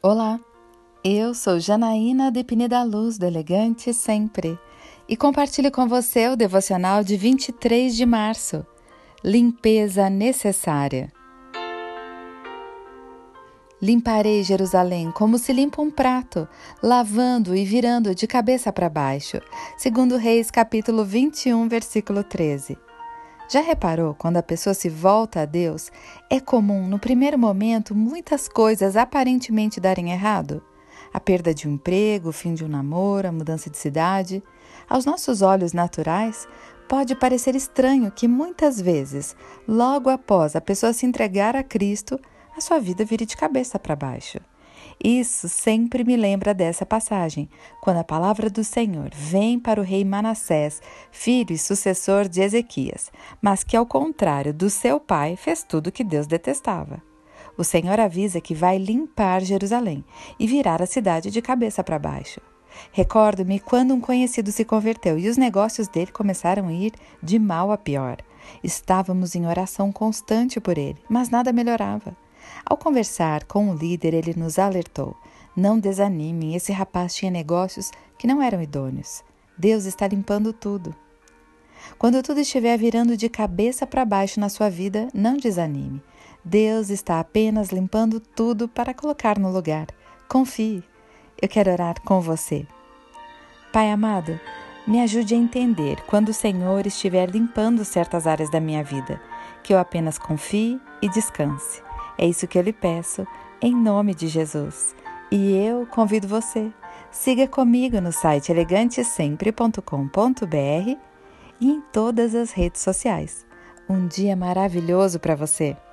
Olá, eu sou Janaína de Pineda Luz, do Elegante Sempre, e compartilho com você o devocional de 23 de março, Limpeza Necessária. Limparei Jerusalém como se limpa um prato, lavando e virando de cabeça para baixo, segundo Reis capítulo 21, versículo 13. Já reparou, quando a pessoa se volta a Deus, é comum, no primeiro momento, muitas coisas aparentemente darem errado? A perda de um emprego, o fim de um namoro, a mudança de cidade. Aos nossos olhos naturais, pode parecer estranho que muitas vezes, logo após a pessoa se entregar a Cristo, a sua vida vire de cabeça para baixo. Isso sempre me lembra dessa passagem, quando a palavra do Senhor vem para o rei Manassés, filho e sucessor de Ezequias, mas que, ao contrário do seu pai, fez tudo o que Deus detestava. O Senhor avisa que vai limpar Jerusalém e virar a cidade de cabeça para baixo. Recordo-me quando um conhecido se converteu e os negócios dele começaram a ir de mal a pior. Estávamos em oração constante por ele, mas nada melhorava. Ao conversar com o líder, ele nos alertou: não desanimem, esse rapaz tinha negócios que não eram idôneos. Deus está limpando tudo. Quando tudo estiver virando de cabeça para baixo na sua vida, não desanime. Deus está apenas limpando tudo para colocar no lugar. Confie. Eu quero orar com você. Pai amado, me ajude a entender quando o Senhor estiver limpando certas áreas da minha vida, que eu apenas confie e descanse. É isso que eu lhe peço, em nome de Jesus. E eu convido você, siga comigo no site elegantesempre.com.br e em todas as redes sociais. Um dia maravilhoso para você!